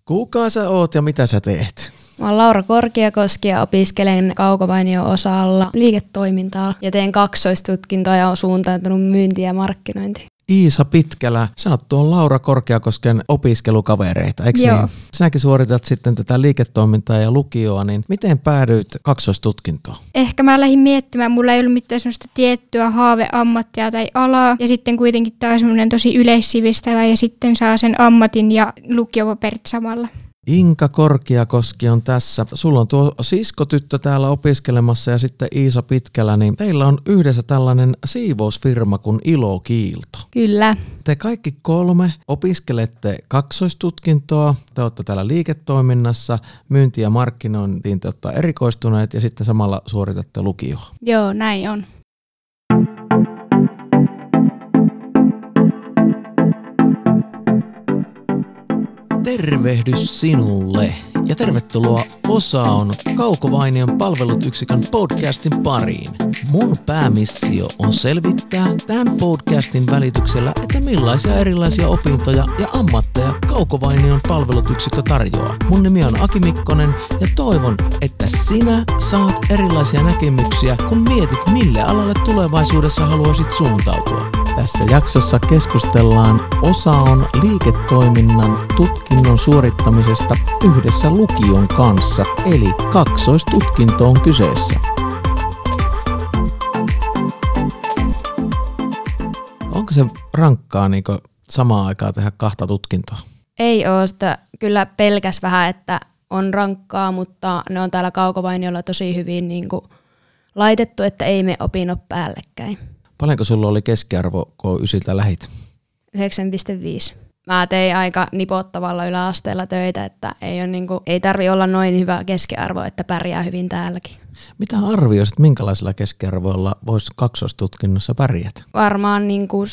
Kuka sä oot ja mitä sä teet? Mä oon Laura Korkeakoski ja opiskelen Kaukovainio-osalla liiketoimintaa ja teen kaksoistutkintoa ja oon suuntautunut myyntiin ja markkinointiin. Iisa Pitkälä, sä oot tuon Laura Korkeakosken opiskelukavereita, eikö Joo. niin? Sinäkin suoritat sitten tätä liiketoimintaa ja lukioa, niin miten päädyit kaksoistutkintoon? Ehkä mä lähdin miettimään, mulla ei ollut mitään sellaista tiettyä haaveammattia tai alaa, ja sitten kuitenkin tää on semmoinen tosi yleissivistävä, ja sitten saa sen ammatin ja lukiopaperit samalla. Inka Korkeakoski on tässä. Sulla on tuo siskotyttö täällä opiskelemassa ja sitten Iisa Pitkälä, niin teillä on yhdessä tällainen siivousfirma kuin Ilokiilto. Kyllä. Te kaikki kolme opiskelette kaksoistutkintoa, te olette täällä liiketoiminnassa, myynti- ja markkinointiin te olette erikoistuneet ja sitten samalla suoritatte lukioa. Joo, näin on. Tervehdys sinulle ja tervetuloa Osa on Kaukovainion palvelut-yksikön podcastin pariin. Mun päämissio on selvittää tämän podcastin välityksellä, että millaisia erilaisia opintoja ja ammatteja Kaukovainion palvelut-yksikkö tarjoaa. Mun nimi on Aki Mikkonen ja toivon, että sinä saat erilaisia näkemyksiä, kun mietit, mille alalle tulevaisuudessa haluaisit suuntautua. Tässä jaksossa keskustellaan Osa on liiketoiminnan tutkinnon suorittamisesta yhdessä lukion kanssa, eli kaksoistutkinto on kyseessä. Onko se rankkaa niin samaan aikaan tehdä kahta tutkintoa? Ei oo sitä kyllä pelkäs vähän, että on rankkaa, mutta ne on täällä Kaukovainiolla tosi hyvin niin kuin laitettu, että ei me opinnot päällekkäin. Paljonko sulla oli keskiarvo, kun 9 lähit? 9,5. Mä tein aika nipottavalla yläasteella töitä, että ei tarvi olla noin hyvä keskiarvo, että pärjää hyvin täälläkin. Mitä arvioisit, minkälaisella keskiarvoilla voisi kaksoistutkinnossa pärjätä? Varmaan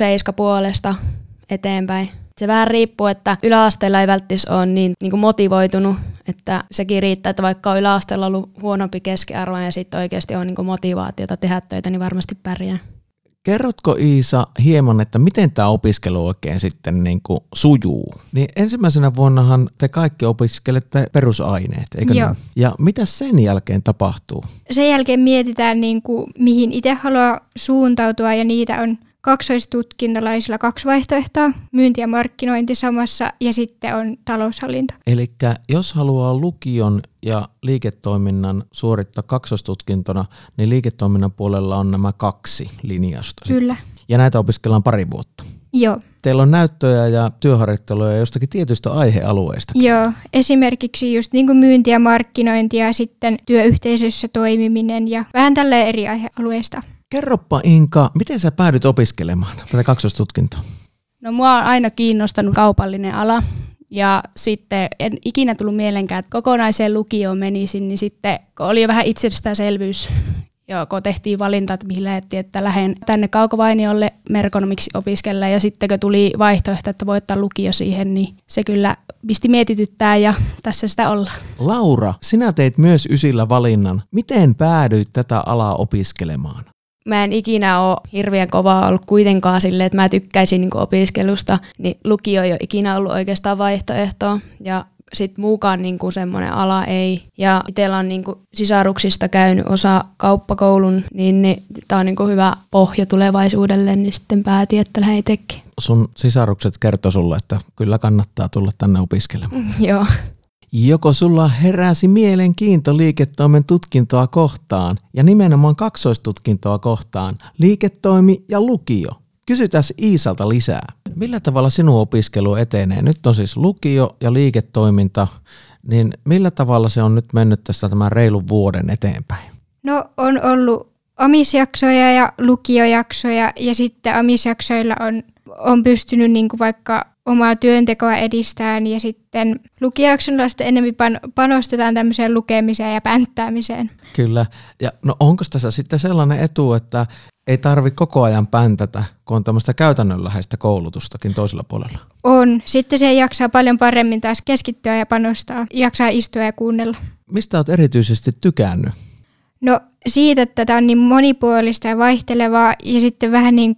7,5 eteenpäin. Se vähän riippuu, että yläasteella ei välttis ole niin motivoitunut, että sekin riittää, että vaikka on yläasteella ollut huonompi keskiarvo ja sitten oikeasti on motivaatiota tehdä töitä, niin varmasti pärjää. Kerrotko Iisa hieman, että miten tämä opiskelu oikein sitten sujuu? Niin ensimmäisenä vuonnahan te kaikki opiskelette perusaineet, eikö Joo. niin? Ja mitä sen jälkeen tapahtuu? Sen jälkeen mietitään, mihin itse haluaa suuntautua, ja niitä on kaksoistutkinnolaisilla 2 vaihtoehtoa, myynti ja markkinointi samassa, ja sitten on taloushallinto. Eli jos haluaa lukion ja liiketoiminnan suorittaa kaksoistutkintona, niin liiketoiminnan puolella on nämä 2 linjausta. Kyllä. Ja näitä opiskellaan 2 vuotta. Joo. Teillä on näyttöjä ja työharjoitteluja jostakin tietystä aihealueesta. Joo, esimerkiksi just myynti ja markkinointi ja sitten työyhteisössä toimiminen ja vähän tälleen eri aihealueista. Kerroppa Inka, miten sä päädyt opiskelemaan tätä kaksoistutkintoa? No mua on aina kiinnostanut kaupallinen ala ja sitten en ikinä tullut mielenkään, että kokonaiseen lukioon menisin, niin sitten kun oli jo vähän itsestäänselvyys, ja kun tehtiin valinta, että mihin lähdettiin, että lähden tänne Kaukovainiolle merkonomiksi opiskella ja sitten kun tuli vaihtoehto, että voi ottaa lukio siihen, niin se kyllä pisti mietityttää ja tässä sitä ollaan. Laura, sinä teit myös ysillä valinnan. Miten päädyit tätä alaa opiskelemaan? Mä en ikinä ole hirveän kovaa ollut kuitenkaan silleen, että mä tykkäisin opiskelusta, niin lukio ei ole ikinä ollut oikeastaan vaihtoehtoa ja sitten muukaan semmoinen ala ei. Ja itsellä on sisaruksista käynyt osa kauppakoulun, niin tää on hyvä pohja tulevaisuudelle, niin sitten päätin, että lähden itsekin. Sun sisarukset kertoi sulle, että kyllä kannattaa tulla tänne opiskelemaan. Joo. Joko sulla heräsi mielenkiinto liiketoimen tutkintoa kohtaan ja nimenomaan kaksoistutkintoa kohtaan, liiketoimi ja lukio? Kysytään Iisalta lisää. Millä tavalla sinun opiskelu etenee? Nyt on siis lukio ja liiketoiminta, niin millä tavalla se on nyt mennyt tästä tämän reilun vuoden eteenpäin? No on ollut amisjaksoja ja lukiojaksoja ja sitten amisjaksoilla on pystynyt vaikka omaa työntekoa edistämään ja sitten lukiojaksoilla sitten enemmän panostetaan tämmöiseen lukemiseen ja pänttäämiseen. Kyllä. Ja no onko tässä sitten sellainen etu, että ei tarvitse koko ajan päntätä, kun on tämmöistä käytännönläheistä koulutustakin toisella puolella? On. Sitten se jaksaa paljon paremmin taas keskittyä ja panostaa. Jaksaa istua ja kuunnella. Mistä olet erityisesti tykännyt? No siitä, että tämä on niin monipuolista ja vaihtelevaa ja sitten vähän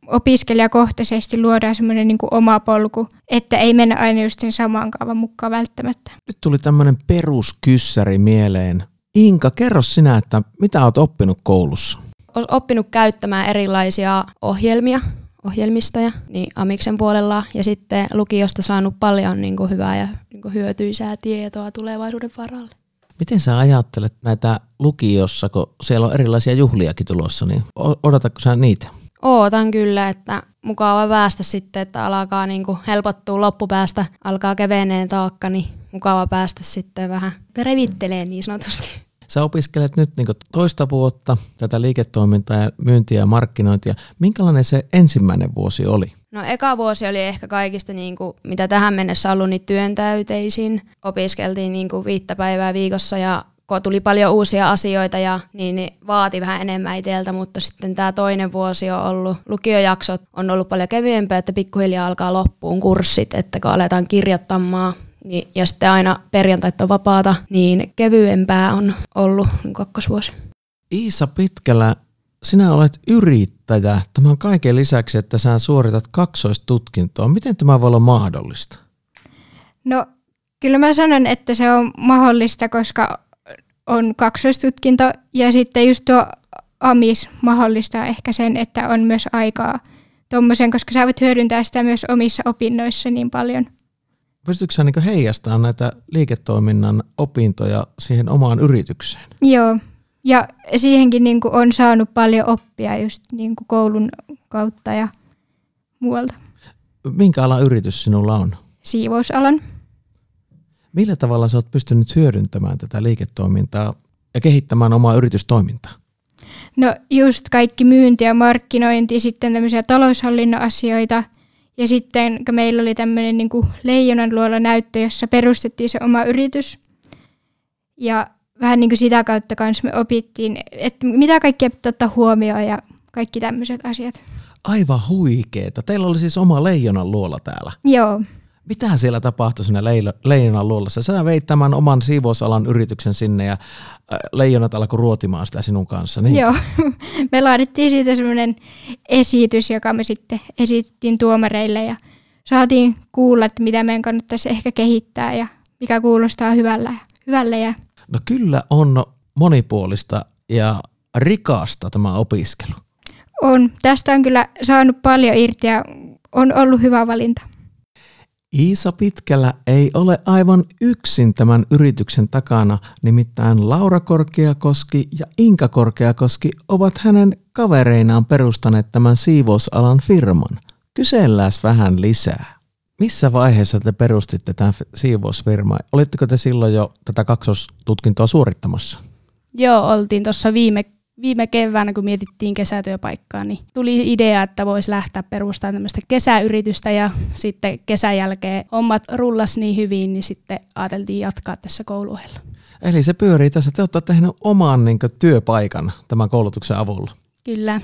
opiskelijakohtaisesti luodaan semmoinen niin kuin oma polku, että ei mennä aina just sen saman kaavan mukaan välttämättä. Nyt tuli tämmöinen peruskyssäri mieleen. Inka, kerro sinä, että mitä olet oppinut koulussa? Olen oppinut käyttämään erilaisia ohjelmistoja niin amiksen puolella ja sitten lukiosta saanut paljon niin kuin hyvää ja niin kuin hyötyisää tietoa tulevaisuuden varalle. Miten sä ajattelet näitä lukiossa, kun siellä on erilaisia juhliakin tulossa, niin odotatko sä niitä? Ootan kyllä, että mukava päästä sitten, että alkaa niin kuin helpottua loppupäästä, alkaa keveneen taakka, niin mukava päästä sitten vähän revitteleen niin sanotusti. Sä opiskelet nyt niin kuin toista vuotta tätä liiketoimintaa ja myyntiä ja markkinointia. Minkälainen se ensimmäinen vuosi oli? No eka vuosi oli ehkä kaikista, niin kuin, mitä tähän mennessä ollut, niin työntäyteisin. Opiskeltiin niin kuin 5 päivää viikossa ja kun tuli paljon uusia asioita ja niin vaati vähän enemmän itseltä, mutta sitten tämä toinen vuosi on ollut, lukiojaksot on ollut paljon kevyempää, että pikkuhiljaa alkaa loppuun kurssit, että kun aletaan kirjoittamaan niin, ja sitten aina perjantait on vapaata, niin kevyempää on ollut kakkosvuosi. Iisa Pitkälä, sinä olet yrittäjä tämän kaiken lisäksi, että sä suoritat kaksoistutkintoa. Miten tämä voi olla mahdollista? No kyllä mä sanon, että se on mahdollista, koska on kaksoistutkinto ja sitten just tuo AMIS mahdollistaa ehkä sen, että on myös aikaa tommosen, koska sä voit hyödyntää sitä myös omissa opinnoissa niin paljon. Pystytkö sä niin heijastamaan näitä liiketoiminnan opintoja siihen omaan yritykseen? Joo, ja siihenkin niin kuin on saanut paljon oppia just niin kuin koulun kautta ja muualta. Minkä alan yritys sinulla on? Siivousalan. Millä tavalla sä oot pystynyt hyödyntämään tätä liiketoimintaa ja kehittämään omaa yritystoimintaa? No just kaikki myynti ja markkinointi, sitten tämmöisiä taloushallinnon asioita. Ja sitten kun meillä oli tämmöinen niin kuin Leijonan luola näyttö, jossa perustettiin se oma yritys. Ja vähän niin kuin sitä kautta kanssa me opittiin, että mitä kaikkea pitää ottaa huomioon ja kaikki tämmöiset asiat. Aivan huikeeta. Teillä oli siis oma Leijonan luola täällä. Joo. Mitä siellä tapahtui siinä Leijonan luolassa? Sä veit tämän oman siivousalan yrityksen sinne ja leijonat alkoi ruotimaan sitä sinun kanssa. Niin? Joo, me laadittiin siitä semmoinen esitys, joka me sitten esittiin tuomareille ja saatiin kuulla, että mitä meidän kannattaisi ehkä kehittää ja mikä kuulostaa hyvälle. No kyllä on monipuolista ja rikasta tämä opiskelu. On. Tästä on kyllä saanut paljon irti ja on ollut hyvä valinta. Iisa Pitkälä ei ole aivan yksin tämän yrityksen takana, nimittäin Laura Korkeakoski ja Inka Korkeakoski ovat hänen kavereinaan perustaneet tämän siivousalan firman. Kysellään vähän lisää. Missä vaiheessa te perustitte tämän siivousfirman? Olitteko te silloin jo tätä kaksostutkintoa suorittamassa? Joo, oltiin tuossa viime keväänä, kun mietittiin kesätyöpaikkaa, niin tuli idea, että voisi lähteä perustamaan tämmöistä kesäyritystä ja sitten kesän jälkeen hommat rullas niin hyvin, niin sitten ajateltiin jatkaa tässä kouluohella. Eli se pyörii tässä. Te olette tehneet oman työpaikan tämän koulutuksen avulla. Kyllä.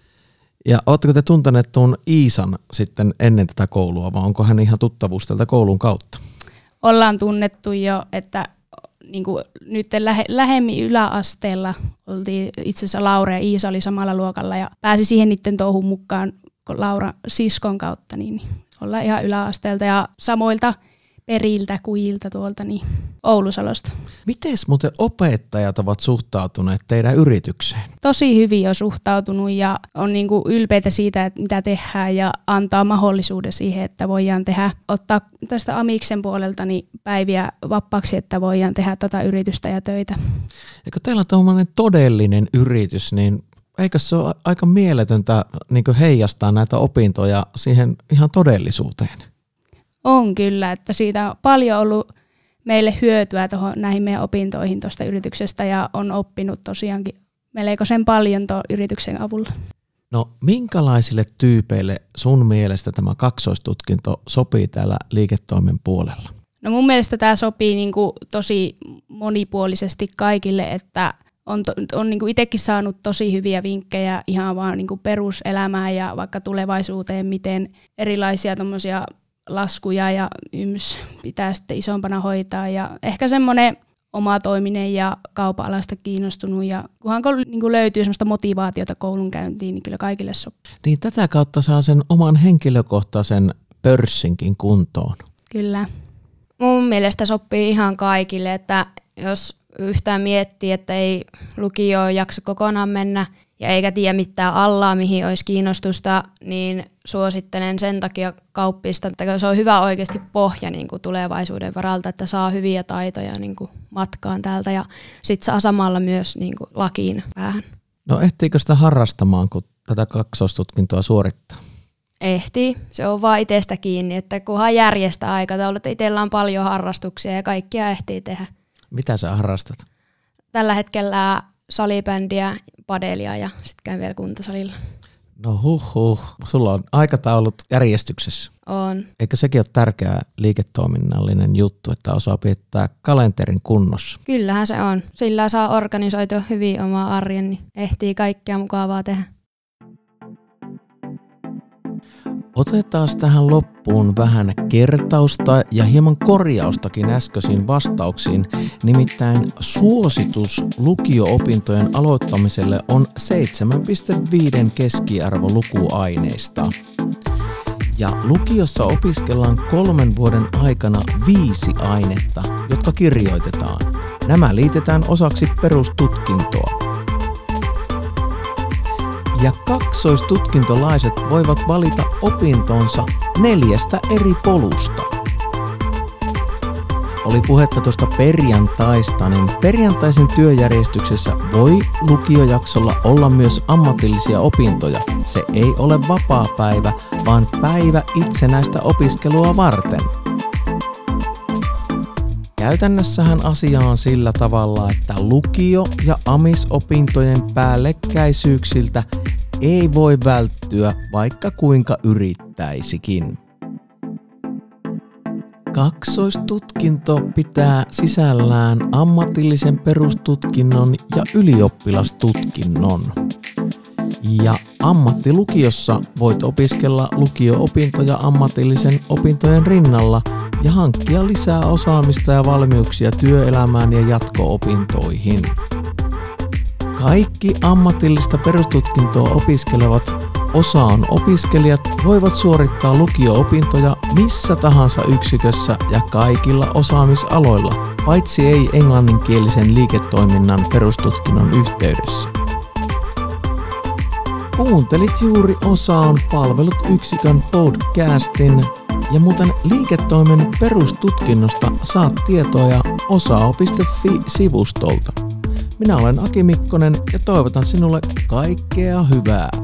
Ja ootteko te tunteneet tuon Iisan sitten ennen tätä koulua, vai onko hän ihan tuttavuus tältä koulun kautta? Ollaan tunnettu jo, että niin kuin nyt lähemmin yläasteella oltiin itse asiassa Laura ja Iisa oli samalla luokalla ja pääsi siihen niiden touhun mukaan Laura siskon kautta, niin ollaan ihan yläasteelta ja samoilta periltä kujilta tuolta niin Oulusalosta. Mites muuten opettajat ovat suhtautuneet teidän yritykseen? Tosi hyvin on suhtautunut ja on niin kuin ylpeitä siitä, että mitä tehdään ja antaa mahdollisuuden siihen, että voidaan ottaa tästä amiksen puolelta niin päiviä vapaaksi, että voidaan tehdä tätä yritystä ja töitä. Ja kun teillä on tämmöinen todellinen yritys, niin eikö se ole aika mieletöntä niin kuin heijastaa näitä opintoja siihen ihan todellisuuteen? On kyllä, että siitä on paljon ollut meille hyötyä näihin meidän opintoihin tuosta yrityksestä ja on oppinut tosiaankin melkoisen paljon tuon yrityksen avulla. No minkälaisille tyypeille sun mielestä tämä kaksoistutkinto sopii täällä liiketoimen puolella? No mun mielestä tämä sopii niin kuin tosi monipuolisesti kaikille, että on niin kuin itsekin saanut tosi hyviä vinkkejä ihan vaan niin kuin peruselämään ja vaikka tulevaisuuteen, miten erilaisia tommosia laskuja ja pitää sitten isompana hoitaa ja ehkä semmoinen omatoiminen ja kaupan-alasta kiinnostunut. Ja kunhan niin löytyy semmoista motivaatiota koulun käyntiin, niin kyllä kaikille sopii. Niin tätä kautta saa sen oman henkilökohtaisen pörssinkin kuntoon. Kyllä. Mun mielestä sopii ihan kaikille, että jos yhtään miettii, että ei lukioon jaksa kokonaan mennä ja eikä tiedä mitään alaa, mihin olisi kiinnostusta, niin suosittelen sen takia kauppista, että se on hyvä oikeasti pohja niin kuin tulevaisuuden varalta, että saa hyviä taitoja niin kuin matkaan täältä ja sitten saa samalla myös niin kuin lakiin vähän. No ehtiikö sitä harrastamaan, kun tätä kaksoistutkintoa suorittaa? Ehtii. Se on vaan itsestä kiinni, että kunhan järjestää aikataulut. Itsellä on paljon harrastuksia ja kaikkia ehtii tehdä. Mitä sä harrastat? Tällä hetkellä salibändiä, padelia ja sitten käyn vielä kuntosalilla. No sulla on aikataulut järjestyksessä. On. Eikö sekin ole tärkeä liiketoiminnallinen juttu, että osaa pidättää kalenterin kunnossa? Kyllähän se on. Sillä saa organisoitua hyvin omaa arjen, niin ehtii kaikkea mukavaa tehdä. Otetaan tähän loppuun vähän kertausta ja hieman korjaustakin äskeisiin vastauksiin. Nimittäin suositus lukio-opintojen aloittamiselle on 7,5 keskiarvo lukuaineista. Ja lukiossa opiskellaan 3 vuoden aikana 5 ainetta, jotka kirjoitetaan. Nämä liitetään osaksi perustutkintoa. Ja kaksoistutkintolaiset voivat valita opintonsa 4 eri polusta. Oli puhetta tuosta perjantaista, niin perjantaisin työjärjestyksessä voi lukiojaksolla olla myös ammatillisia opintoja. Se ei ole vapaapäivä, vaan päivä itsenäistä opiskelua varten. Käytännössähän asia on sillä tavalla, että lukio- ja amisopintojen päällekkäisyyksiltä ei voi välttyä, vaikka kuinka yrittäisikin. Kaksoistutkinto pitää sisällään ammatillisen perustutkinnon ja ylioppilastutkinnon. Ja ammattilukiossa voit opiskella lukio-opintoja ammatillisen opintojen rinnalla ja hankkia lisää osaamista ja valmiuksia työelämään ja jatko-opintoihin. Kaikki ammatillista perustutkintoa opiskelevat OSAOn opiskelijat voivat suorittaa lukio-opintoja missä tahansa yksikössä ja kaikilla osaamisaloilla, paitsi ei englanninkielisen liiketoiminnan perustutkinnon yhteydessä. Kuuntelit juuri OSAOn palvelut yksikön podcastin ja muuten liiketoimen perustutkinnosta saat tietoja osao.fi-sivustolta. Minä olen Aki Mikkonen ja toivotan sinulle kaikkea hyvää.